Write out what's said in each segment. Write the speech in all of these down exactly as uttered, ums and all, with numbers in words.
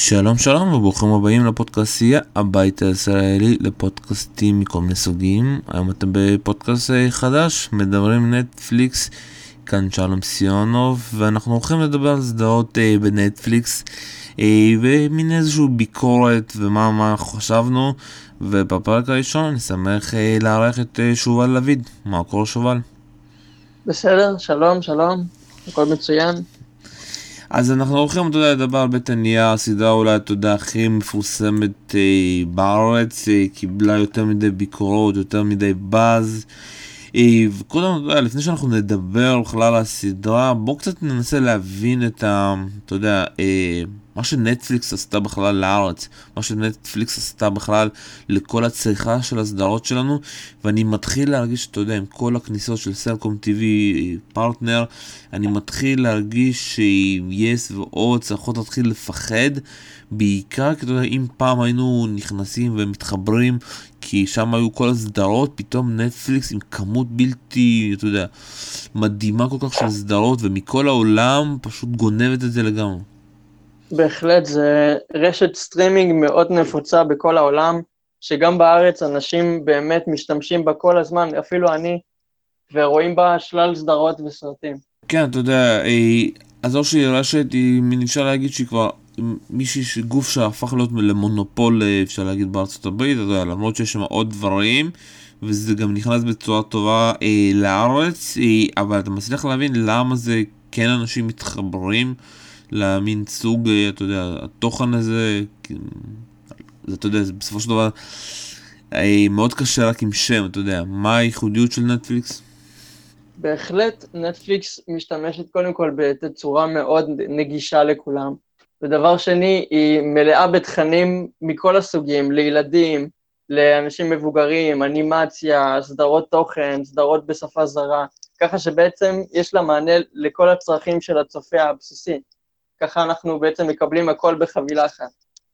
שלום שלום וברוכים הבאים לפודקאסטייה, הבית הישראלי לפודקאסטים מכל מיני סוגים. היום אתם בפודקאסט חדש, מדברים נטפליקס, כאן שלום סיונוב, ואנחנו הולכים לדבר על סדרות אה, בנטפליקס אה, ומין איזושהי ביקורת ומה מה חשבנו. ובפרק הראשון אני שמח אה, לארח את אה, שובל לויד. מה קורה שובל? בסדר, שלום, שלום, הכל מצוין. אז אנחנו הולכים, אתה יודע, לדבר על בית הנייר, הסדרה אולי, אתה יודע, הכי מפורסמת אה, בארץ, אה, קיבלה יותר מדי ביקורות, יותר מדי באז. אה, וקודם, אתה יודע, לפני שאנחנו נדבר בכלל על הסדרה, בואו קצת ננסה להבין את ה... אתה יודע, אה, מה שנטפליקס עשתה בכלל לארץ, מה שנטפליקס עשתה בכלל לכל הצריכה של הסדרות שלנו, ואני מתחיל להרגיש, אתה יודע, עם כל הכניסות של סלקום טיווי פרטנר, אני מתחיל להרגיש ש-yes ועוד צריכות להתחיל לפחד, בעיקר כי אתה יודע, אם פעם היינו נכנסים ומתחברים, כי שם היו כל הסדרות, פתאום נטפליקס עם כמות בלתי, אתה יודע, מדהימה כל כך של סדרות, ומכל העולם פשוט גונבת את זה לגמרי. בהחלט, זה רשת סטרימינג מאוד נפוצה בכל העולם, שגם בארץ אנשים באמת משתמשים בה כל הזמן, אפילו אני, ורואים בה שלל סדרות וסרטים. כן, אתה יודע, אה, אז או שהיא רשת, היא, מין אפשר להגיד שהיא כבר מישהי, גוף שהפך להיות למונופול, אה, אפשר להגיד, בארצות הברית, אתה יודע, למרות שיש שם עוד דברים, וזה גם נכנס בצורה טובה אה, לארץ, אה, אבל אתה מצליח להבין למה זה כן אנשים מתחברים למין סוג, אה, אתה יודע, התוכן הזה, כי- זה, אתה יודע, זה בסופו של דבר אה, מאוד קשה רק עם שם, אתה יודע, מה הייחודיות של נטפליקס? בהחלט, נטפליקס משתמשת קודם כל בתצורה מאוד נגישה לכולם. ודבר שני, היא מלאה בתכנים מכל הסוגים, לילדים, לאנשים מבוגרים, אנימציה, סדרות תוכן, סדרות בשפה זרה, ככה שבעצם יש לה מענה לכל הצרכים של הצופה הבסיסי. ככה אנחנו בעצם מקבלים הכל בחבילה אחת.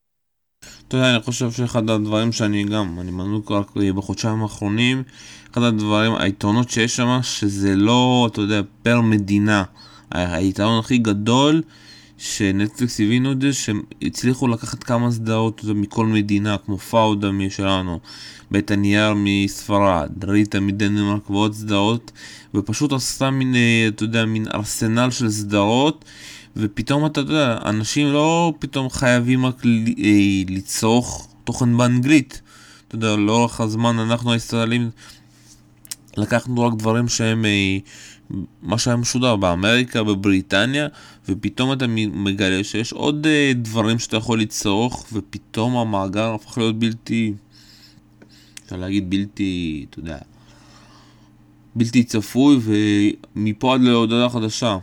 אתה יודע, אני חושב שאחד הדברים שאני גם, אני מנוק רק בחודשיים האחרונים, אחד הדברים, היתרונות שיש שם, שזה לא, אתה יודע, פר מדינה. ה- היתרון הכי גדול, שנטפליקס הבינו את זה, שהם הצליחו לקחת כמה סדרות, אתה יודע, מכל מדינה, כמו פאודה משלנו, בית הנייר מספרד, ריטה מדנמרק ועוד סדרות, ופשוט עשתה מין, אה, אתה יודע, מין ארסנל של סדרות, ופתאום אתה יודע, אנשים לא פתאום חייבים רק ל- אה, לצרוך תוכן באנגלית. אתה יודע, לאורך הזמן אנחנו הישראלים לקחנו רק דברים שהם, אה, מה שהיה משודר באמריקה, בבריטניה, ופתאום אתה מ- מגלה שיש עוד אה, דברים שאתה יכול לצרוך, ופתאום המאגר הפך להיות בלתי, אפשר להגיד בלתי, אתה יודע, בלתי צפוי, ומפה עד להודעה חדשה.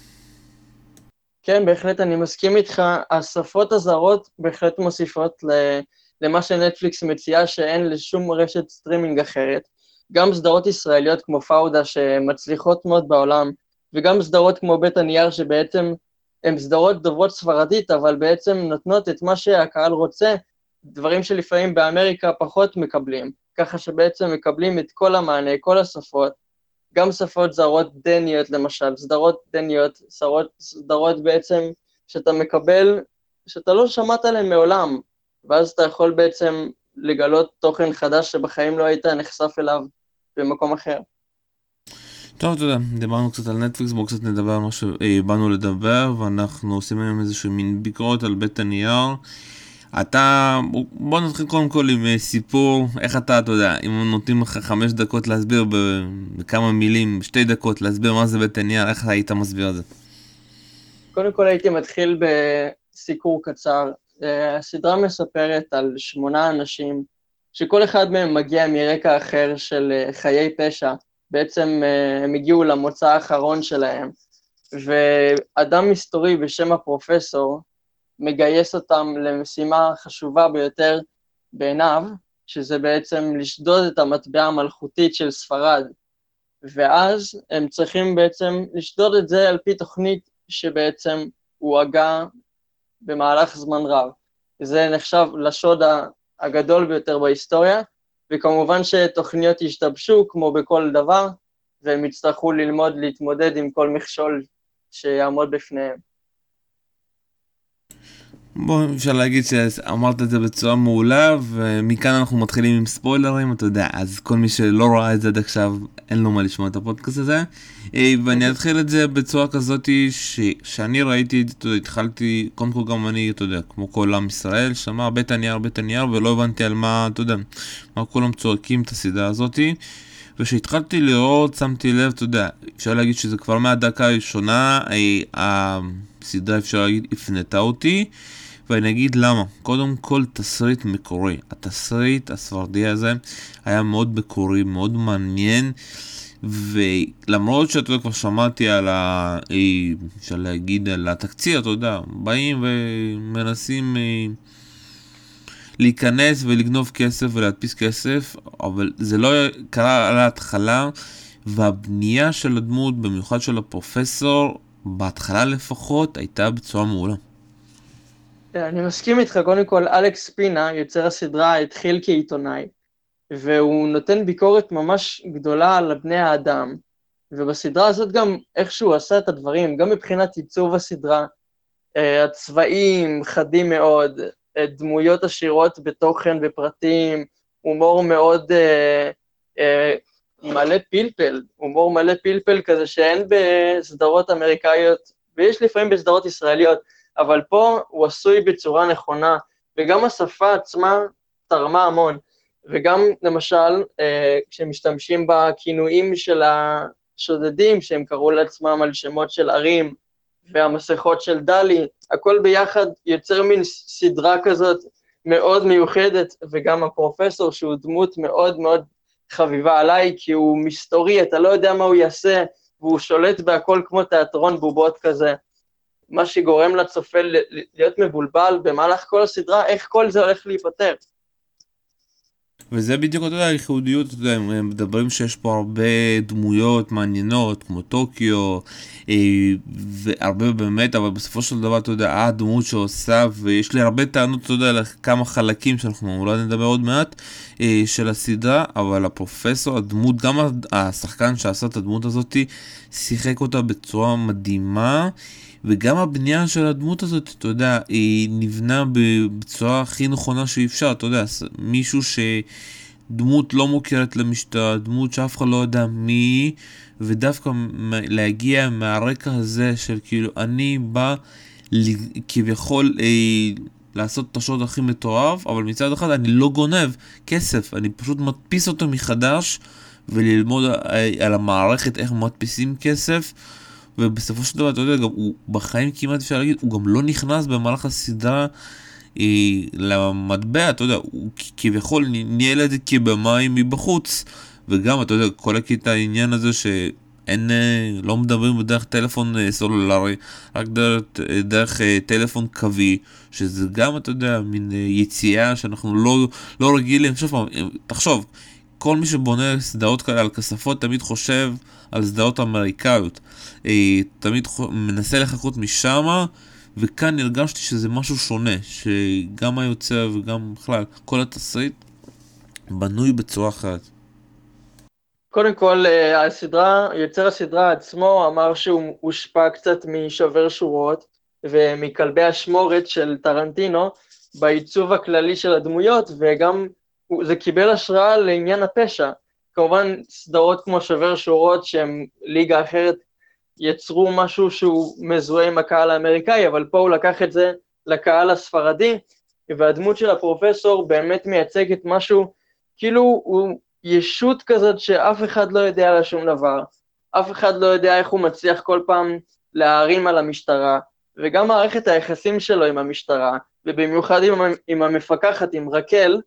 כן, בהחלט אני מסכים איתך, השפות הזרות בהחלט מוסיפות ל- למה שנטפליקס מציעה שאין לשום רשת סטרימינג אחרת. גם סדרות ישראליות כמו פאודה שמצליחות מאוד בעולם, וגם סדרות כמו בית הנייר שבעצם הן סדרות דוברות ספרדית, אבל בעצם נותנות את מה שהקהל רוצה, דברים שלפעמים באמריקה פחות מקבלים, ככה שבעצם מקבלים את כל המענה, כל השפות, גם שפות זרות דניות למשל, סדרות דניות, סדרות, סדרות בעצם שאתה מקבל, שאתה לא שמעת עליהן מעולם, ואז אתה יכול בעצם לגלות תוכן חדש שבחיים לא היית נחשף אליו במקום אחר. טוב, אתה יודע, דיברנו קצת על נטפליקס, בואו קצת נדבר על מה שבאנו לדבר, ואנחנו עושים היום איזושהי מין ביקורת על בית הנייר. אתה, בוא נתחיל קודם כל עם אה, סיפור, איך אתה, אתה יודע, אם נותנים לך חמש דקות להסביר ב- בכמה מילים, שתי דקות להסביר מה זה בית הנייר, איך היית מסביר את זה? קודם כל הייתי מתחיל בסיקור קצר. אה, הסדרה מספרת על שמונה אנשים, שכל אחד מהם מגיע מרקע אחר של אה, חיי פשע, בעצם אה, הם הגיעו למוצא האחרון שלהם, ואדם מסתורי בשם הפרופסור מגייס אותם למשימה חשובה ביותר בעיניו, שזה בעצם לשדוד את המטבע המלכותית של ספרד, ואז הם צריכים בעצם לשדוד את זה על פי תוכנית שבעצם הוא הגה במהלך זמן רב. זה נחשב לשוד הגדול ביותר בהיסטוריה, וכמובן שתוכניות ישתבשו כמו בכל דבר, והם יצטרכו ללמוד להתמודד עם כל מכשול שיעמוד בפניהם. בוא, אפשר להגיד שאמרת את זה בצורה מעולה, ומכאן אנחנו מתחילים עם ספוילרים, אתה יודע, אז כל מי שלא ראה את זה עד עכשיו, אין לו מה לשמוע את הפודקאסט הזה. ואני אתחיל את זה בצורה כזאת, שאני ראיתי, אתה יודע, התחלתי, קודם כל גם אני, אתה יודע, כמו כל עם ישראל, שמע הרבה תנייר, הרבה תנייר, ולא הבנתי על מה, אתה יודע, מה כולם צועקים את הסדרה הזאת. ושהתחלתי לראות, שמתי לב, אתה יודע, אפשר להגיד שזה כבר מהדקה הראשונה, הסדרה אפשר להגיד הפנתה אותי, ואני אגיד למה. קודם כל תסריט מקורי. התסריט הספרדי הזה היה מאוד מקורי, מאוד מעניין, ולמרות שאתה יודע, כבר שמעתי על ה... אפשר להגיד על התקציר, אתה יודע, באים ומנסים להיכנס ולגנוב כסף ולהדפיס כסף, אבל זה לא קרה על ההתחלה, והבנייה של הדמות, במיוחד של הפרופסור, בהתחלה לפחות, הייתה בצורה מעולה. אני מסכים איתך, קודם כל, אלכס פינה, יוצר הסדרה, התחיל כעיתונאי, והוא נותן ביקורת ממש גדולה על בני האדם, ובסדרה הזאת גם איכשהו עשה את הדברים, גם מבחינת עיצוב הסדרה, הצבעים חדים מאוד, דמויות עשירות בתוכן ופרטים, הומור מאוד אה, אה, מלא פלפל, הומור מלא פלפל כזה שאין בסדרות אמריקאיות, ויש לפעמים בסדרות ישראליות, אבל פה הוא עשוי בצורה נכונה, וגם השפה עצמה תרמה המון, וגם למשל, אה, כשמשתמשים בכינויים של השודדים, שהם קראו לעצמם על שמות של ערים, והמסכות של דלי, הכל ביחד יוצר מין סדרה כזאת מאוד מיוחדת, וגם הפרופסור שהוא דמות מאוד מאוד חביבה עליי, כי הוא מסתורי, אתה לא יודע מה הוא יעשה, והוא שולט בהכל כמו תיאטרון בובות כזה, מה שגורם לצופה להיות מבולבל במהלך כל הסדרה, איך כל זה הולך להיפטר. וזה בדיוק, אתה יודע, הייחודיות, אתה יודע, הם מדברים שיש פה הרבה דמויות מעניינות, כמו טוקיו, והרבה באמת, אבל בסופו של דבר, אתה יודע, הדמות שעושה, ויש לי הרבה טענות, אתה יודע, לכמה חלקים שאנחנו אולי נדבר עוד מעט, של הסדרה, אבל הפרופסור, הדמות, גם השחקן שעשה את הדמות הזאת, שיחק אותה בצורה מדהימה, וגם הבנייה של הדמות הזאת, אתה יודע, היא נבנה בצורה הכי נכונה שאפשר, אתה יודע, מישהו שדמות לא מוכרת למשטרה, דמות שאף אחד לא יודע מי, ודווקא להגיע מהרקע הזה של כאילו, אני בא כביכול אה, לעשות את השוד הכי מטורף, אבל מצד אחד אני לא גונב כסף, אני פשוט מדפיס אותו מחדש, וללמוד על המערכת איך מדפיסים כסף, ובסופו של דבר, אתה יודע, גם הוא בחיים כמעט אפשר להגיד, הוא גם לא נכנס במהלך הסדרה אה, למטבע, אתה יודע, הוא כביכול ניהל את זה כבמאי מבחוץ, וגם, אתה יודע, כל הקטע העניין הזה שאין, לא מדברים בדרך טלפון אה, סולולרי, רק דרך, דרך אה, טלפון קווי, שזה גם, אתה יודע, מין אה, יציאה שאנחנו לא, לא רגילים, שוב פעם, תחשוב, כל מי שבונה סדרות כאלה על כספות תמיד חושב על סדרות אמריקאיות, תמיד מנסה לחכות משם, וכאן הרגשתי שזה משהו שונה, שגם היוצר וגם בכלל כל התסריט בנוי בצורה אחרת. קודם כל, הסדרה, יוצר הסדרה עצמו אמר שהוא הושפע קצת משובר שורות ומכלבי השמורת של טרנטינו בעיצוב הכללי של הדמויות, וגם זה קיבל השראה לעניין הפשע. כמובן, סדרות כמו שובר שורות שהם ליגה אחרת יצרו משהו שהוא מזוהה עם הקהל האמריקאי, אבל פה הוא לקח את זה לקהל הספרדי, והדמות של הפרופסור באמת מייצגת משהו, כאילו הוא ישות כזאת שאף אחד לא יודע לה שום דבר, אף אחד לא יודע איך הוא מצליח כל פעם להרים על המשטרה, וגם מערכת היחסים שלו עם המשטרה, ובמיוחד עם, עם המפקחת, עם רקל,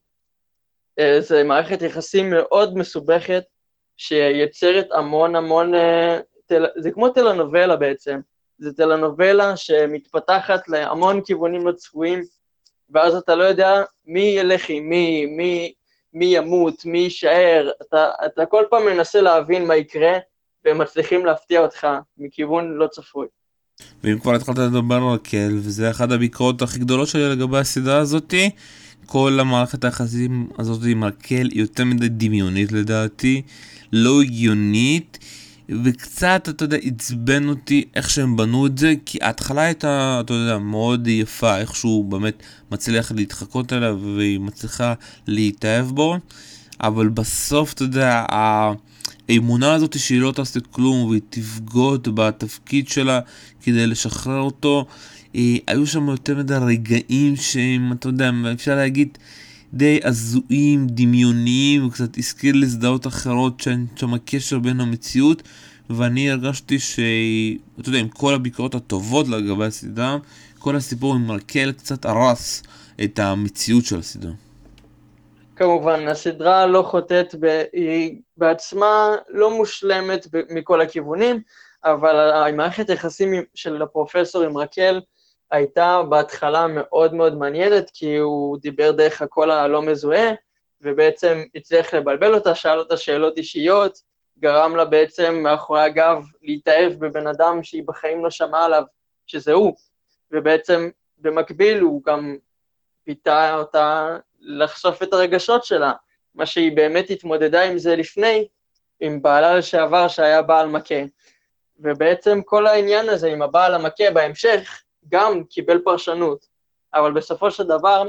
זה מערכת יחסים מאוד מסובכת, שיצרת המון המון, זה כמו טלנובלה בעצם, זה טלנובלה שמתפתחת להמון כיוונים לא צפויים, ואז אתה לא יודע מי ילך עם מי, מי, מי ימות, מי יישאר, אתה, אתה כל פעם מנסה להבין מה יקרה, והם מצליחים להפתיע אותך מכיוון לא צפוי. ואם כבר התחלת לדבר על רקל, וזה אחת הביקורות הכי גדולות שלי לגבי הסדרה הזאת, כל המערכת היחסים הזאת עם רקל היא יותר מדי דמיונית לדעתי, לא הגיונית, וקצת, אתה יודע, עצבן אותי איך שהם בנו את זה, כי ההתחלה הייתה, אתה יודע, מאוד יפה, איכשהו באמת מצליח להתחקות עליו, והיא מצליחה להתאהב בו, אבל בסוף, אתה יודע, האמונה הזאת שהיא לא תעשה כלום, והיא תבגוד בתפקיד שלה כדי לשחרר אותו, היו שם יותר מדי רגעים שהם, אתה יודע, אפשר להגיד, די הזויים, דמיוניים, וקצת הזכיר לסדרות אחרות שאין שם הקשר בין המציאות, ואני הרגשתי ש... אתה יודע, עם כל הביקורות הטובות לגבי הסדרה, כל הסיפור עם מרקל קצת הרס את המציאות של הסדרה. כמובן, הסדרה לא חוטאת, ב... היא בעצמה לא מושלמת ב... מכל הכיוונים, אבל המערכת היחסים של הפרופסור עם רקל הייתה בהתחלה מאוד מאוד מעניינת, כי הוא דיבר דרך הקול הלא מזוהה, ובעצם הצליח לבלבל אותה, שאל אותה שאלות אישיות, גרם לה בעצם מאחורי הגב להתאהב בבן אדם שהיא בחיים לא שמעה עליו, שזה הוא, ובעצם במקביל הוא גם פיתה אותה לחשוף את הרגשות שלה, מה שהיא באמת התמודדה עם זה לפני, עם בעלה לשעבר שהיה בעל מכה, ובעצם כל העניין הזה עם הבעל המכה בהמשך, גם קיבל פרשנות, אבל בסופו של דבר,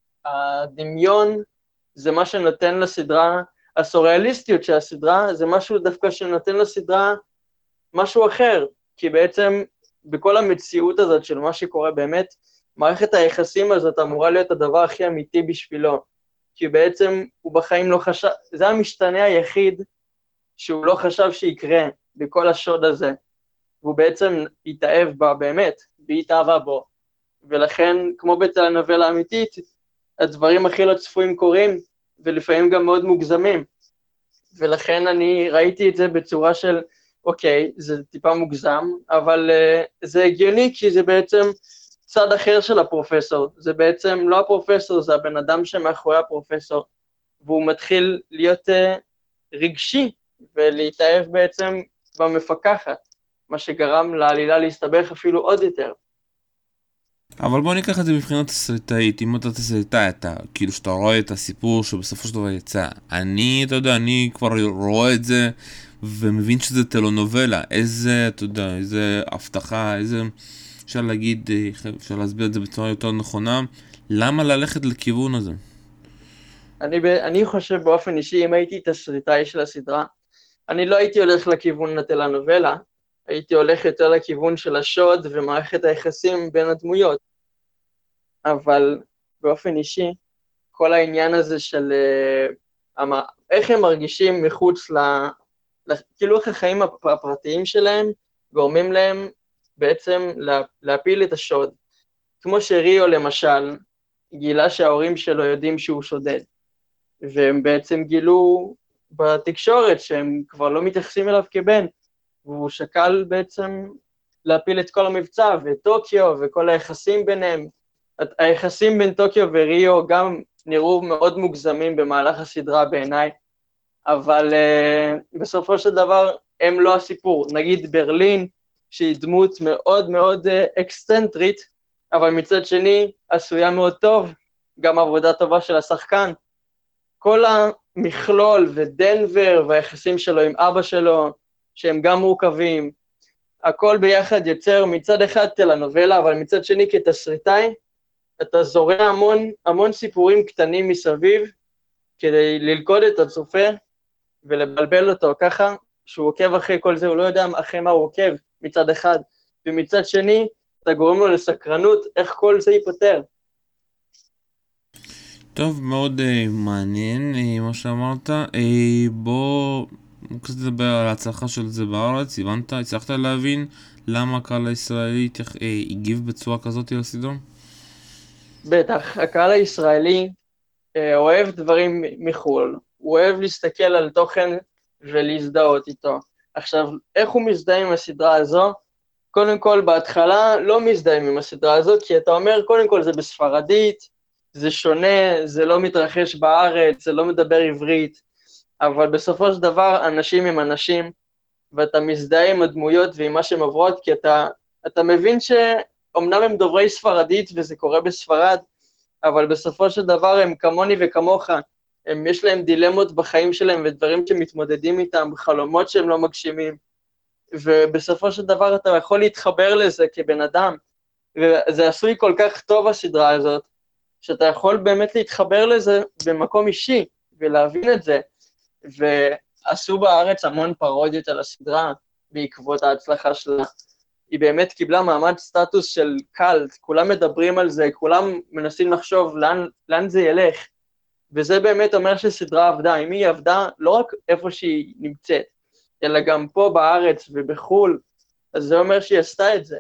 הדמיון זה מה שנותן לסדרה, הסוריאליסטיות של הסדרה, זה משהו דווקא שנותן לסדרה משהו אחר, כי בעצם בכל המציאות הזאת של מה שקורה באמת, מערכת היחסים הזאת אמורה להיות הדבר הכי אמיתי בשבילו, כי בעצם הוא בחיים לא חשב, זה המשתנה היחיד שהוא לא חשב שיקרה בכל השוד הזה, והוא בעצם התאהב בה באמת, והיא התאהבה בו, ולכן, כמו בטלנובלה אמיתית, הדברים הכי לא צפויים קורים, ולפעמים גם מאוד מוגזמים, ולכן אני ראיתי את זה בצורה של, אוקיי, זה טיפה מוגזם, אבל uh, זה הגיוני, כי זה בעצם צד אחר של הפרופסור, זה בעצם לא הפרופסור, זה הבן אדם שמאחורי הפרופסור, והוא מתחיל להיות uh, רגשי, ולהתאהב בעצם במפקחת, מה שגרם לעלילה להסתבך אפילו עוד יותר. אבל בוא ניקח את זה מבחינת תסריטאית, אם אתה תסריטאי, אתה, כאילו שאתה רואה את הסיפור שבסופו של דבר יצא, אני, אתה יודע, אני כבר רואה את זה, ומבין שזה טלנובלה, איזה, אתה יודע, איזה הבטחה, איזה, אפשר להגיד, אפשר להסביר את זה בצורה יותר נכונה, למה ללכת לכיוון הזה? אני, אני חושב באופן אישי, אם הייתי תסריטאי של הסדרה, אני לא הייתי הולך לכיוון הטלנובלה, הייתי הולך יותר לכיוון של השוד ומערכת היחסים בין הדמויות. אבל באופן אישי, כל העניין הזה של uh, איך הם מרגישים מחוץ ל... כאילו איך החיים הפרטיים שלהם גורמים להם בעצם לה, להפיל את השוד. כמו שריו למשל גילה שההורים שלו יודעים שהוא שודד, והם בעצם גילו בתקשורת שהם כבר לא מתייחסים אליו כבן, והוא שקל בעצם להפיל את כל המבצע, וטוקיו וכל היחסים ביניהם. היחסים בין טוקיו וריו גם נראו מאוד מוגזמים במהלך הסדרה בעיניי, אבל uh, בסופו של דבר הם לא הסיפור. נגיד ברלין, שהיא דמות מאוד מאוד uh, אקסצנטרית, אבל מצד שני עשויה מאוד טוב, גם עבודה טובה של השחקן. כל המכלול ודנבר והיחסים שלו עם אבא שלו, שהם גם מורכבים, הכל ביחד יוצר מצד אחד טלנובלה, אבל מצד שני כתסריטאי, אתה זורע המון, המון סיפורים קטנים מסביב, כדי ללכוד את הצופה, ולבלבל אותו ככה, שהוא עוקב אחרי כל זה, הוא לא יודע אחרי מה הוא עוקב מצד אחד, ומצד שני, אתה גורם לו לסקרנות, איך כל זה ייפטר. טוב, מאוד uh, מעניין uh, מה שאמרת. Uh, בוא קצת לדבר על ההצלחה של זה בארץ. הבנת? הצלחת להבין למה הקהל הישראלי uh, הגיב בצורה כזאת לסדרה? בטח, הקהל הישראלי uh, אוהב דברים מחול. הוא אוהב להסתכל על תוכן ולהזדהות איתו. עכשיו, איך הוא מזדהה עם הסדרה הזו? קודם כל, בהתחלה לא מזדהים עם הסדרה הזו, כי אתה אומר, קודם כל זה בספרדית, זה שונה, זה לא מתרחש בארץ, זה לא מדבר עברית, אבל בסופו של דבר אנשים הם אנשים, ואתה מזדהה עם הדמויות ועם מה שהן עוברות, כי אתה, אתה מבין שאומנם הם דוברי ספרדית וזה קורה בספרד, אבל בסופו של דבר הם כמוני וכמוך, הם, יש להם דילמות בחיים שלהם ודברים שמתמודדים איתם, חלומות שהם לא מגשימים, ובסופו של דבר אתה יכול להתחבר לזה כבן אדם, וזה עשוי כל כך טוב הסדרה הזאת, שאתה יכול באמת להתחבר לזה במקום אישי, ולהבין את זה, ועשו בארץ המון פרודיות על הסדרה, בעקבות ההצלחה שלה, היא באמת קיבלה מעמד סטטוס של קלט, כולם מדברים על זה, כולם מנסים לחשוב לאן, לאן זה ילך, וזה באמת אומר שסדרה עבדה, אם היא עבדה לא רק איפה שהיא נמצאת, אלא גם פה בארץ ובחול, אז זה אומר שהיא עשתה את זה.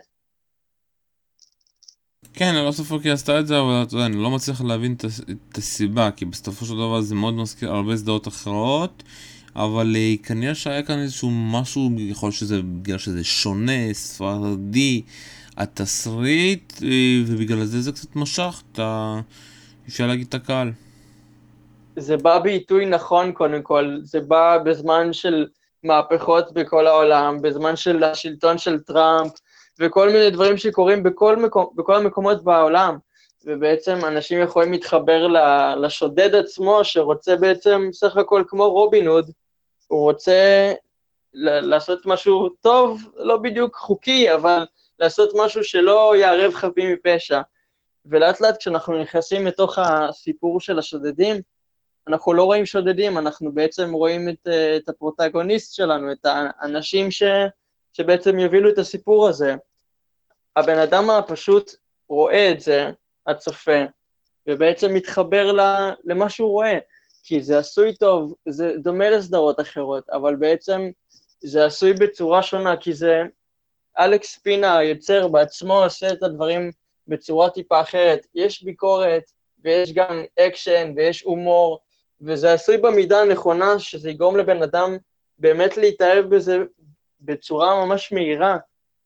כן, אני לא ספק כי עשתה את זה, אבל אתה יודע, אני לא מצליח להבין את, את הסיבה, כי בסופו של דבר זה מאוד מזכיר הרבה סדרות אחרות, אבל אה, כנראה שהיה כאן איזשהו משהו, יכול להיות שזה בגלל שזה שונה, ספרדי, התסריט, אה, ובגלל זה זה קצת משך, אתה... אפשר להגיד את הקהל. זה בא בעיתוי נכון קודם כל, זה בא בזמן של מהפכות בכל העולם, בזמן של השלטון של טראמפ, וכל מיני דברים שקורים בכל, מקום, בכל המקומות בעולם, ובעצם אנשים יכולים להתחבר לשודד עצמו, שרוצה בעצם סך הכל כמו רובין הוד, הוא רוצה לעשות משהו טוב, לא בדיוק חוקי, אבל לעשות משהו שלא יערב חפים מפשע, ולאט לאט כשאנחנו נכנסים לתוך הסיפור של השודדים, אנחנו לא רואים שודדים, אנחנו בעצם רואים את, את הפרוטגוניסט שלנו, את האנשים ש, שבעצם יובילו את הסיפור הזה. הבן אדם הפשוט רואה את זה, הצופה, ובעצם מתחבר למה שהוא רואה, כי זה עשוי טוב, זה דומה לסדרות אחרות, אבל בעצם זה עשוי בצורה שונה, כי זה אלכס פינה היוצר בעצמו עושה את הדברים בצורה טיפה אחרת, יש ביקורת, ויש גם אקשן, ויש הומור, וזה עשוי במידה הנכונה, שזה יגרום לבן אדם באמת להתאהב בזה בצורה ממש מהירה.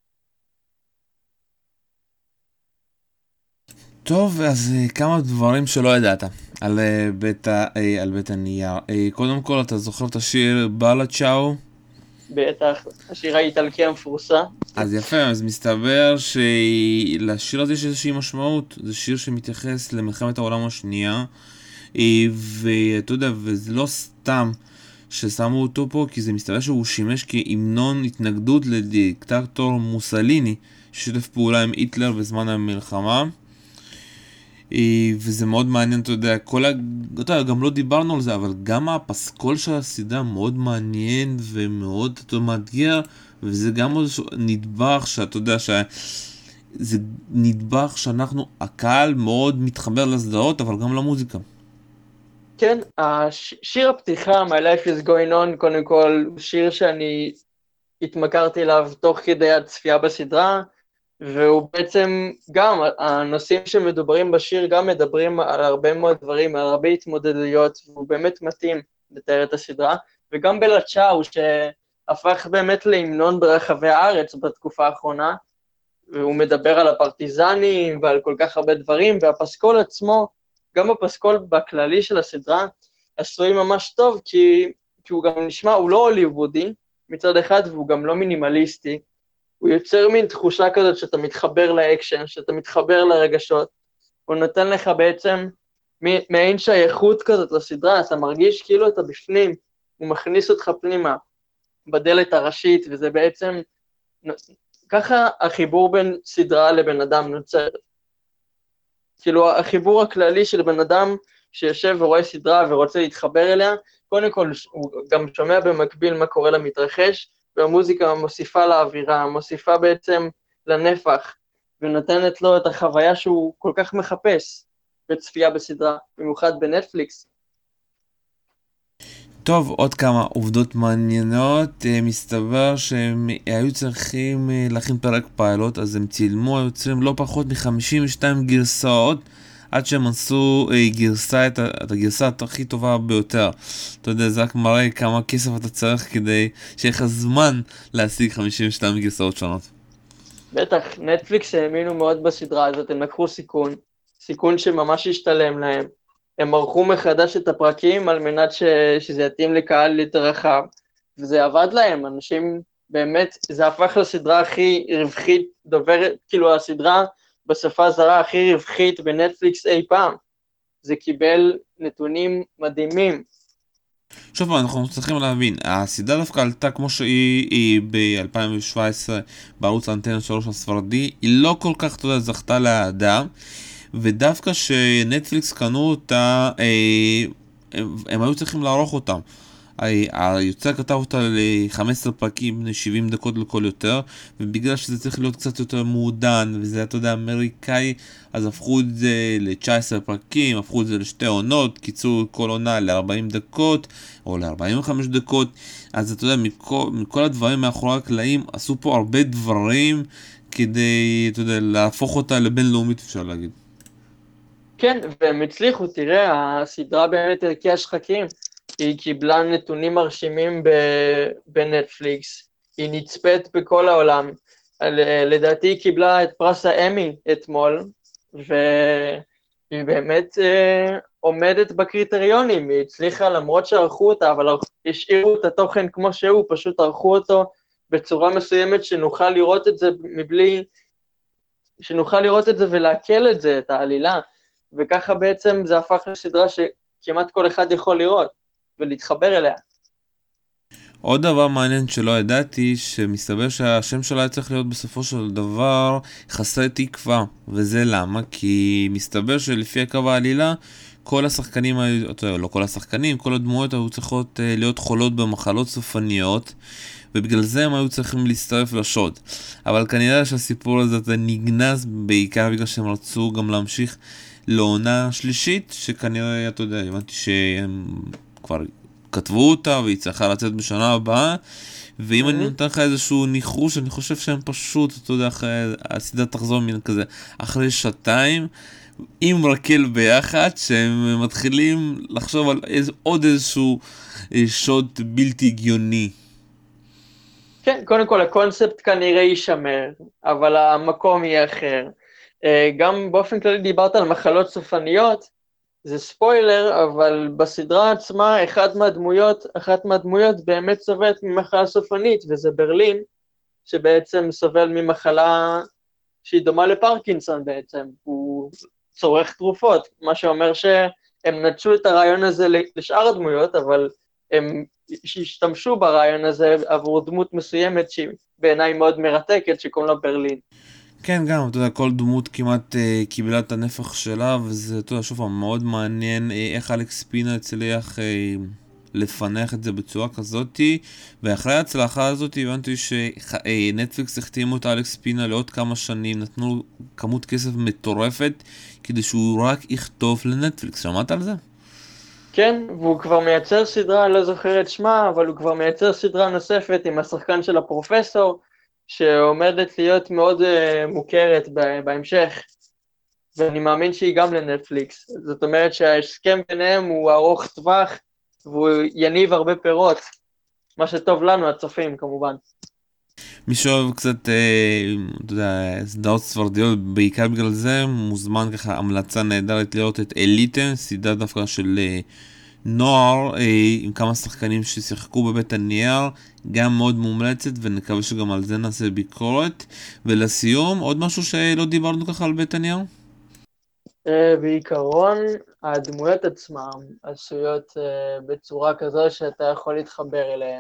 טוב, אז uh, כמה דברים שלא ידעת על, uh, בית, ה- uh, על בית הנייר. Uh, קודם כל, אתה זוכר את השיר בלה צ'או? בטח, השיר האיטלקי המפורסם. אז יפה, אז מסתבר שלשיר הזה יש איזושהי משמעות. זה שיר שמתייחס למלחמת העולם השנייה, uh, ואתה יודע, וזה לא סתם ששמו אותו פה, כי זה מסתבר שהוא שימש כהמנון התנגדות לדיקטטור מוסליני, ששיתף פעולה עם היטלר בזמן המלחמה. וזה מאוד מעניין, אתה יודע, כל ה... אתה יודע, גם לא דיברנו על זה, אבל גם הפסקול של הסדרה מאוד מעניין ומאוד, אתה יודע, מאתגר, וזה גם איזשהו נדבך שאתה יודע, ש... זה נדבך שאנחנו, הקהל מאוד מתחבר לסדרות, אבל גם למוזיקה. כן, הש... שיר הפתיחה, My Life is Going On, קודם כל, הוא שיר שאני התמכרתי אליו תוך כדי הצפייה בסדרה, והוא בעצם גם, הנושאים שמדוברים בשיר גם מדברים על הרבה מאוד דברים, על הרבה התמודדויות, והוא באמת מתאים לתאר את הסדרה, וגם בלה צ'או שהפך באמת להמנון ברחבי הארץ בתקופה האחרונה, והוא מדבר על הפרטיזנים ועל כל כך הרבה דברים, והפסקול עצמו, גם הפסקול בכללי של הסדרה, עשוי ממש טוב, כי, כי הוא גם נשמע, הוא לא הוליוודי מצד אחד, והוא גם לא מינימליסטי, הוא יוצר מין תחושה כזאת שאתה מתחבר לאקשן, שאתה מתחבר לרגשות, הוא נותן לך בעצם מעין שייכות כזאת לסדרה, אתה מרגיש כאילו אתה בפנים, הוא מכניס אותך פנימה בדלת הראשית, וזה בעצם, ככה החיבור בין סדרה לבן אדם נוצר. כאילו החיבור הכללי של בן אדם שיושב ורואה סדרה ורוצה להתחבר אליה, קודם כל הוא גם שומע במקביל מה קורה למתרחש, והמוזיקה מוסיפה לאווירה, מוסיפה בעצם לנפח, ונותנת לו את החוויה שהוא כל כך מחפש בצפייה בסדרה, במיוחד בנטפליקס. טוב, עוד כמה עובדות מעניינות. מסתבר שהם היו צריכים להכין פרק פיילוט, אז הם צילמו, היו צריכים לא פחות מ-חמישים ושתיים גרסאות, עד שהם עשו גרסה, את, את הגרסה הכי טובה ביותר. אתה יודע, זה רק מראה כמה כסף אתה צריך כדי שיהיה לך זמן להשיג חמישים ושתיים גרסאות שונות. בטח, נטפליקס האמינו מאוד בסדרה הזאת, הם לקחו סיכון, סיכון שממש השתלם להם. הם ערכו מחדש את הפרקים על מנת ש... שזה יתאים לקהל יותר רחב, וזה עבד להם, אנשים באמת, זה הפך לסדרה הכי רווחית, דוברת, כאילו הסדרה בשפה זרה הכי רווחית בנטפליקס אי פעם. זה קיבל נתונים מדהימים, שוב פעם, אנחנו צריכים להבין, הסדרה דווקא עלתה כמו שהיא היא ב-אלפיים שבע עשרה בערוץ האנטנה שלוש הספרדי, היא לא כל כך, אתה יודע, זכתה לאהדה, ודווקא שנטפליקס קנו אותה, אה, הם, הם היו צריכים לערוך אותם. ה- היוצר כתב אותה ל-חמישה עשר פרקים בני שבעים דקות לכל יותר, ובגלל שזה צריך להיות קצת יותר מעודן וזה אתה יודע אמריקאי, אז הפכו את זה ל-תשע עשרה פרקים, הפכו את זה לשתי עונות, קיצור כל עונה ל-ארבעים דקות או ל-ארבעים וחמש דקות. אז אתה יודע, מכל, מכל הדברים מאחורי הקלעים עשו פה הרבה דברים כדי, אתה יודע, להפוך אותה לבינלאומית, אפשר להגיד. כן, והם הצליחו, תראה, הסדרה באמת הרקיעה שחקים, היא קיבלה נתונים מרשימים ב- בנטפליקס, היא נצפית בכל העולם, ל- לדעתי היא קיבלה את פרס האמי אתמול, והיא באמת אה, עומדת בקריטריונים, היא הצליחה למרות שערכו אותה, אבל ערכ- השאירו את התוכן כמו שהוא, פשוט ערכו אותו בצורה מסוימת שנוכל לראות את זה מבלי, שנוכל לראות את זה ולהקל את זה, את העלילה, וככה בעצם זה הפך לסדרה שכמעט כל אחד יכול לראות ולהתחבר אליה. עוד דבר מעניין שלא ידעתי, שמסתבר שהשם שלה היה צריך להיות בסופו של דבר חסרי תקווה, וזה למה? כי מסתבר שלפי הקו העלילה, כל השחקנים, היו- או לא כל השחקנים, כל הדמויות היו צריכות אה, להיות חולות במחלות סופניות, ובגלל זה הם היו צריכים להצטרף לשוד. אבל כנראה שהסיפור הזה זה נגנז בעיקר בגלל שהם רצו גם להמשיך לעונה שלישית, שכנראה, אתה יודע, הבנתי שהם כבר כתבו אותה והיא צריכה לצאת בשנה הבאה, ואם אני Mhm. נותן לך איזשהו ניחוש, אני חושב שהם פשוט, אתה יודע, אחרי, הסדרה תחזור מן כזה, אחרי שעתיים, עם רקל ביחד, שהם מתחילים לחשוב על איז, עוד איזשהו אה, שוד בלתי הגיוני. כן, קודם כל הקונספט כנראה יישמר, אבל המקום יהיה אחר. אה, גם באופן כללי דיברת על מחלות סופניות, זה ספוילר, אבל בסדרה עצמה אחת מהדמויות, אחת מהדמויות באמת סובלת ממחלה סופנית, וזה ברלין, שבעצם סובל ממחלה שהיא דומה לפרקינסון בעצם, הוא צורך תרופות, מה שאומר שהם נטשו את הרעיון הזה לשאר הדמויות, אבל הם השתמשו ברעיון הזה עבור דמות מסוימת שהיא בעיניי מאוד מרתקת, שקוראים לה ברלין. כן, גם, אתה יודע, כל דמות כמעט אה, קיבלה את הנפח שלה, וזה, אתה יודע, שוב פעם, מאוד מעניין אה, איך אלכס פינה הצליח אה, לפענח את זה בצורה כזאתי, ואחרי ההצלחה הזאת הבנתי שנטפליקס החתימו את אלכס פינה לעוד כמה שנים, נתנו כמות כסף מטורפת, כדי שהוא רק יכתוב לנטפליקס, שמעת על זה? כן, והוא כבר מייצר סדרה, אני לא זוכר את שמה, אבל הוא כבר מייצר סדרה נוספת עם השחקן של הפרופסור, שעומדת להיות מאוד uh, מוכרת בהמשך, ואני מאמין שהיא גם לנטפליקס. זאת אומרת שההסכם ביניהם הוא ארוך טווח, והוא יניב הרבה פירות, מה שטוב לנו, הצופים כמובן. מי שאוהב קצת, אה, אתה יודע, סדרות ספרדיות, בעיקר בגלל זה, מוזמן ככה, המלצה נהדרת לראות את אליטה, סדרה דווקא של אה, נוער, אה, עם כמה שחקנים ששיחקו בבית הנייר, גם מאוד מומלצת, ונקווה שגם על זה נעשה ביקורת. ולסיום, עוד משהו שלא דיברנו ככה על בית הנייר? Uh, בעיקרון, הדמויות עצמם עשויות uh, בצורה כזו שאתה יכול להתחבר אליהם.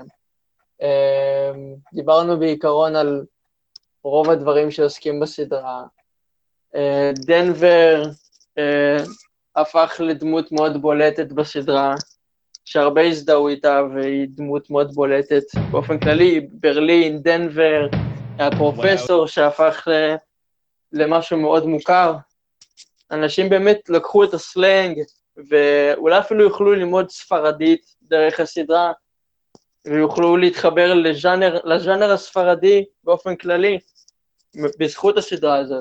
Uh, דיברנו בעיקרון על רוב הדברים שעוסקים בסדרה. אה, דנבר אה, הפך לדמות מאוד בולטת בסדרה, שהרבה הזדהו איתה, והיא דמות מאוד בולטת. באופן כללי, ברלין, דנבר, הפרופסור שהפך ל- למשהו מאוד מוכר. אנשים באמת לקחו את הסלנג, ואולי אפילו יוכלו ללמוד ספרדית דרך הסדרה, ויוכלו להתחבר לז'אנר, לז'אנר הספרדי באופן כללי, בזכות הסדרה הזאת.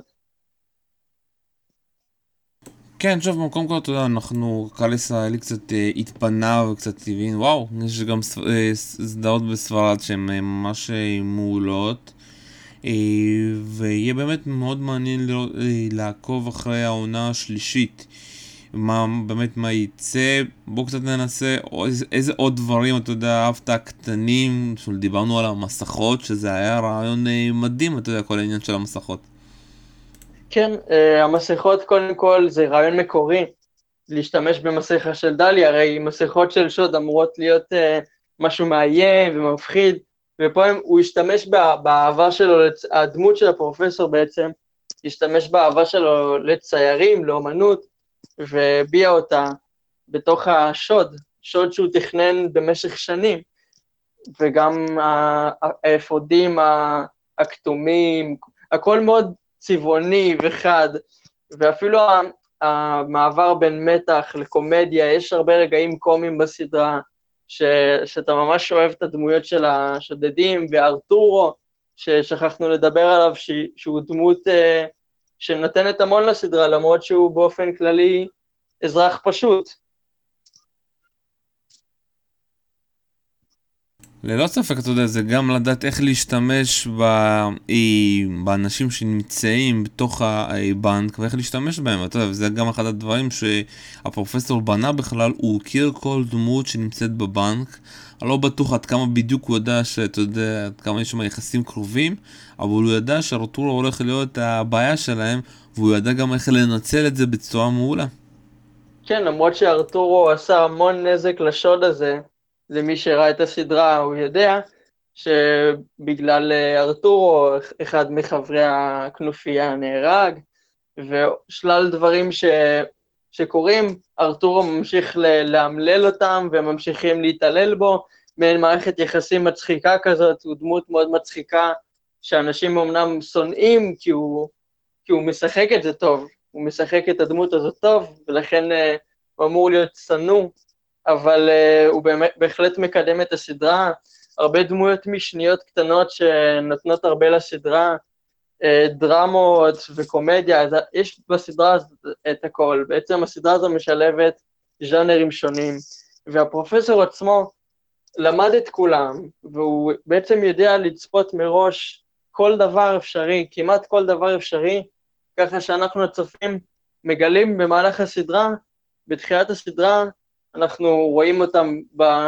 כן, שוב, קודם כל, אתה יודע, אנחנו, קהל ישראלי קצת אה, התפנה וקצת הבין, וואו, יש גם ספ- אה, ס- סדרות בספרד שהן אה, ממש אה, מעולות. אה, ויהיה באמת מאוד מעניין לראות, אה, לעקוב אחרי העונה השלישית. מה, באמת מה יצא, בואו קצת ננסה או איזה, איזה עוד דברים, אתה יודע, אהבת הקטנים, דיברנו על המסכות, שזה היה רעיון אה, מדהים, אתה יודע, כל העניין של המסכות. כן, uh, המסכות קודם כל זה רעיון מקורי, להשתמש במסכה של דלי, הרי מסכות של שוד אמורות להיות אה, משהו מאיים ומפחיד, ופה הם, הוא השתמש בא, באהבה שלו, הדמות של הפרופסור בעצם, השתמש באהבה שלו לציירים, לאומנות, והביע אותה בתוך השוד, שוד שהוא תכנן במשך שנים, וגם האפודים הכתומים, הכל מאוד צבעוני וחד, ואפילו המעבר בין מתח לקומדיה, יש הרבה רגעים קומיים בסדרה, ש, שאתה ממש אוהב את הדמויות של השודדים, וארתורו, ששכחנו לדבר עליו, ש, שהוא דמות אה, שנותנת המון לסדרה, למרות שהוא באופן כללי אזרח פשוט. ללא ספק, אתה יודע, זה גם לדעת איך להשתמש ב... באנשים שנמצאים בתוך הבנק ואיך להשתמש בהם, אתה יודע, וזה גם אחד הדברים שהפרופסור בנה בכלל, הוא הכיר כל דמות שנמצאת בבנק, אני לא בטוח עד כמה בדיוק הוא ידע שאתה יודע, עד כמה יש שם יחסים קרובים, אבל הוא ידע שארתורו הולך להיות הבעיה שלהם, והוא ידע גם איך לנצל את זה בצורה מעולה. כן, למרות שארתורו עשה המון נזק לשוד הזה, למי שראה את הסדרה הוא יודע שבגלל ארתורו אחד מחברי הכנופיה נהרג, ושלל דברים ש... שקורים, ארתורו ממשיך להמלל אותם וממשיכים להתעלל בו, מעין מערכת יחסים מצחיקה כזאת, הוא דמות מאוד מצחיקה, שאנשים אמנם שונאים כי הוא, כי הוא משחק את זה טוב, הוא משחק את הדמות הזאת טוב, ולכן הוא אמור להיות שנוא, אבל uh, הוא באמת, בהחלט מקדם את הסדרה, הרבה דמויות משניות קטנות שנותנות הרבה לסדרה, uh, דרמות וקומדיה, אז יש בסדרה הזאת את הכל, בעצם הסדרה הזו משלבת ז'אנרים שונים, והפרופסור עצמו למד את כולם, והוא בעצם יודע לצפות מראש כל דבר אפשרי, כמעט כל דבר אפשרי, ככה שאנחנו הצופים מגלים במהלך הסדרה, בתחילת הסדרה, אנחנו רואים אותם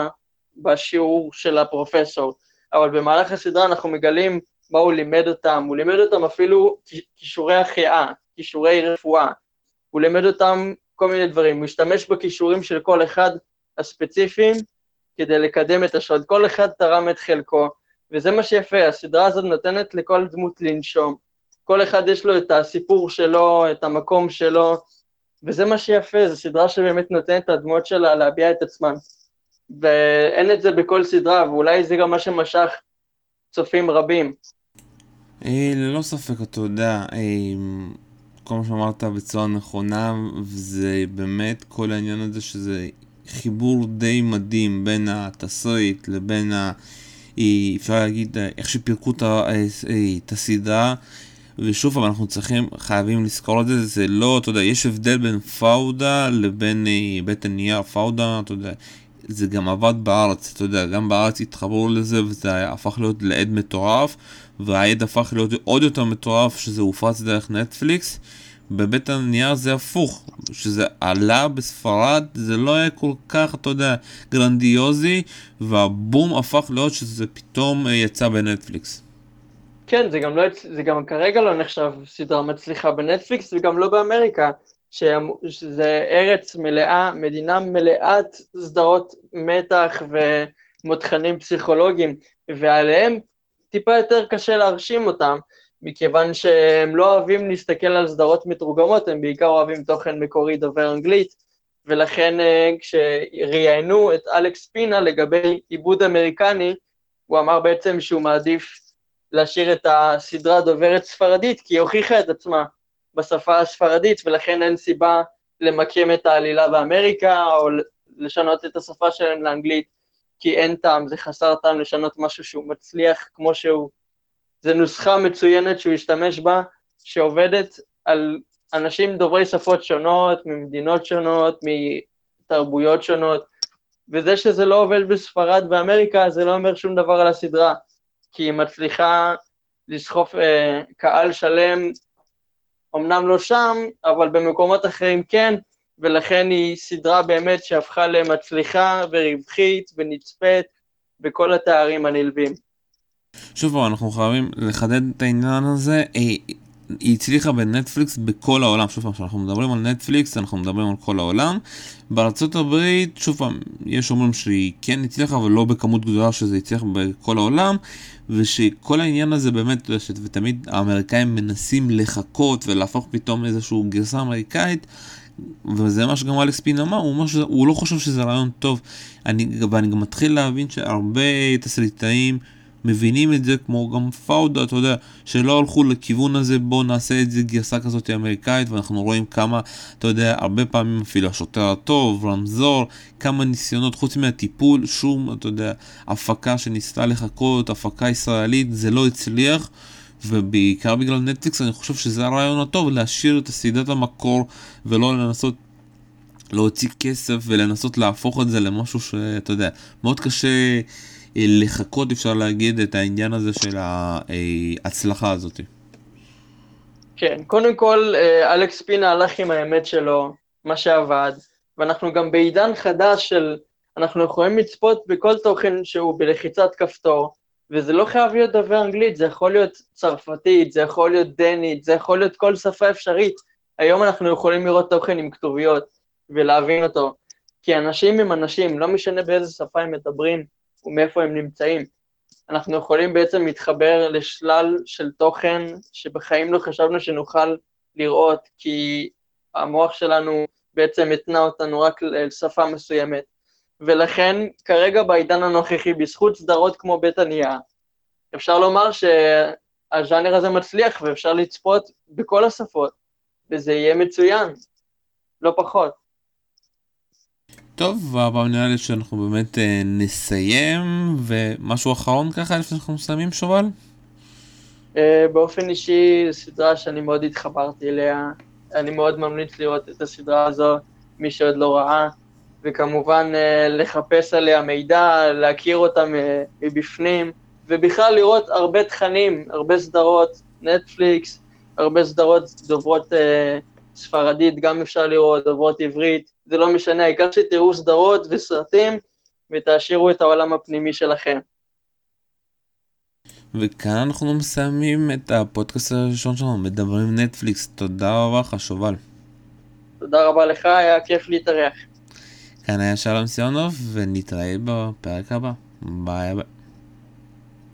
בשיעור של הפרופסור, אבל במהלך הסדרה אנחנו מגלים מה הוא לימד אותם, הוא לימד אותם אפילו כישורי החייאה, כישורי רפואה, הוא לימד אותם כל מיני דברים, הוא השתמש בכישורים של כל אחד הספציפיים, כדי לקדם את השוד, כל אחד תרם את חלקו, וזה מה שיפה, הסדרה הזאת נותנת לכל דמות לנשום, כל אחד יש לו את הסיפור שלו, את המקום שלו, וזה מה שיפה, זו סדרה שבאמת נותנת את הדמות שלה להביע את עצמן, ואין את זה בכל סדרה, ואולי זה גם מה שמשך צופים רבים. אה, ללא ספק, אתה יודע, אה, כל מה שאמרת בצורה נכונה, וזה באמת כל העניין הזה שזה חיבור די מדהים בין התסריט לבין ה... אפשר להגיד איך שפירקו את הסדרה, ושוב, אנחנו צריכים, חייבים לזכור את זה, זה לא, אתה יודע, יש הבדל בין פאודה לבין בית הנייר, פאודה, אתה יודע, זה גם עבד בארץ, אתה יודע, גם בארץ התחברו לזה וזה הפך להיות לעד מטורף, והעד הפך להיות עוד יותר מטורף שזה הופץ דרך נטפליקס. בבית הנייר זה הפוך, שזה עלה בספרד, זה לא היה כל כך, אתה יודע, גרנדיוזי, והבום הפך להיות שזה פתאום יצא בנטפליקס. כן, זה גם, לא, זה גם כרגע לא נחשב סדרה מצליחה בנטפליקס, וגם לא באמריקה, שזה ארץ מלאה, מדינה מלאת סדרות מתח ומותחנים פסיכולוגיים, ועליהם טיפה יותר קשה להרשים אותם, מכיוון שהם לא אוהבים להסתכל על סדרות מתורגמות, הם בעיקר אוהבים תוכן מקורי דובר אנגלית, ולכן כשראיינו את אלכס פינה לגבי עיבוד אמריקני, הוא אמר בעצם שהוא מעדיף להשאיר את הסדרה דוברת ספרדית, כי היא הוכיחה את עצמה בשפה הספרדית, ולכן אין סיבה למקם את העלילה באמריקה, או לשנות את השפה שלהם לאנגלית, כי אין טעם, זה חסר טעם לשנות משהו שהוא מצליח כמו שהוא. זה נוסחה מצוינת שהוא השתמש בה, שעובדת על אנשים דוברי שפות שונות, ממדינות שונות, מתרבויות שונות, וזה שזה לא עובד בספרד באמריקה, זה לא אומר שום דבר על הסדרה, כי היא מצליחה לסחוף אה, קהל שלם, אמנם לא שם, אבל במקומות אחרים כן, ולכן היא סדרה באמת שהפכה למצליחה ורווחית ונצפית בכל התארים הנלווים. שוב, אנחנו חייבים לחדד את העניין הזה. היא הצליחה בנטפליקס בכל העולם. שוב פעם, כשאנחנו מדברים על נטפליקס, אנחנו מדברים על כל העולם. בארצות הברית, שוב פעם, יש אומרים שהיא כן הצליחה, אבל לא בכמות גדולה שזה הצליח בכל העולם, ושכל העניין הזה באמת, ותמיד האמריקאים מנסים לחכות ולהפוך פתאום איזשהו גרסה אמריקאית, וזה מה שגם אלכס פין אמר, הוא, שזה, הוא לא חושב שזה רעיון טוב. אני, ואני גם מתחיל להבין שהרבה תסריטאים מבינים את זה, כמו גם פאודה, אתה יודע, שלא הלכו לכיוון הזה, בוא נעשה את זה גרסה כזאת אמריקאית, ואנחנו רואים כמה, אתה יודע, הרבה פעמים אפילו השוטר הטוב, רמזור, כמה ניסיונות, חוץ מהטיפול, שום, אתה יודע, הפקה שניסתה לחכות, הפקה ישראלית, זה לא הצליח, ובעיקר בגלל נטפליקס אני חושב שזה הרעיון הטוב, להשאיר את סדרת המקור, ולא לנסות להוציא כסף, ולנסות להפוך את זה למשהו שאתה יודע, מאוד קשה לחכות, אפשר להגיד, את העניין הזה של ההצלחה הזאת. כן, קודם כל, אלכס פינה הלך עם האמת שלו, מה שעבד, ואנחנו גם בעידן חדש של, אנחנו יכולים לצפות בכל תוכן שהוא בלחיצת כפתור, וזה לא חייב להיות דבר אנגלית, זה יכול להיות צרפתית, זה יכול להיות דנית, זה יכול להיות כל שפה אפשרית. היום אנחנו יכולים לראות תוכן עם כתוביות ולהבין אותו, כי אנשים הם אנשים, לא משנה באיזה שפה הם מדברים ומאיפה הם נמצאים. אנחנו יכולים בעצם להתחבר לשלל של תוכן שבחיים לא חשבנו שנוכל לראות, כי המוח שלנו בעצם התנה אותנו רק לשפה מסוימת. ולכן כרגע בעידן הנוכחי, בזכות סדרות כמו בית הנייה, אפשר לומר שהז'אנר הזה מצליח ואפשר לצפות בכל השפות, וזה יהיה מצוין, לא פחות. טוב, והפעם נראה לי שאנחנו באמת אה, נסיים, ומשהו אחרון ככה לפני שאנחנו מסיימים, שובל? אה, באופן אישי, סדרה שאני מאוד התחברתי אליה, אני מאוד ממליץ לראות את הסדרה הזו, מי שעוד לא ראה, וכמובן אה, לחפש עליה מידע, להכיר אותה מבפנים, ובכלל לראות הרבה תכנים, הרבה סדרות, נטפליקס, הרבה סדרות דוברות אה, ספרדית, גם אפשר לראות, דוברות עברית, זה לא משנה, העיקר שתראו סדרות וסרטים, ותעשירו את העולם הפנימי שלכם. וכאן אנחנו מסיימים את הפודקאסט הראשון שלנו, מדברים נטפליקס. תודה רבה לך, שובל. תודה רבה לך, היה כיף להתארח. כאן היה שלום סיונוב, ונתראה בפרק הבא. ביי ביי.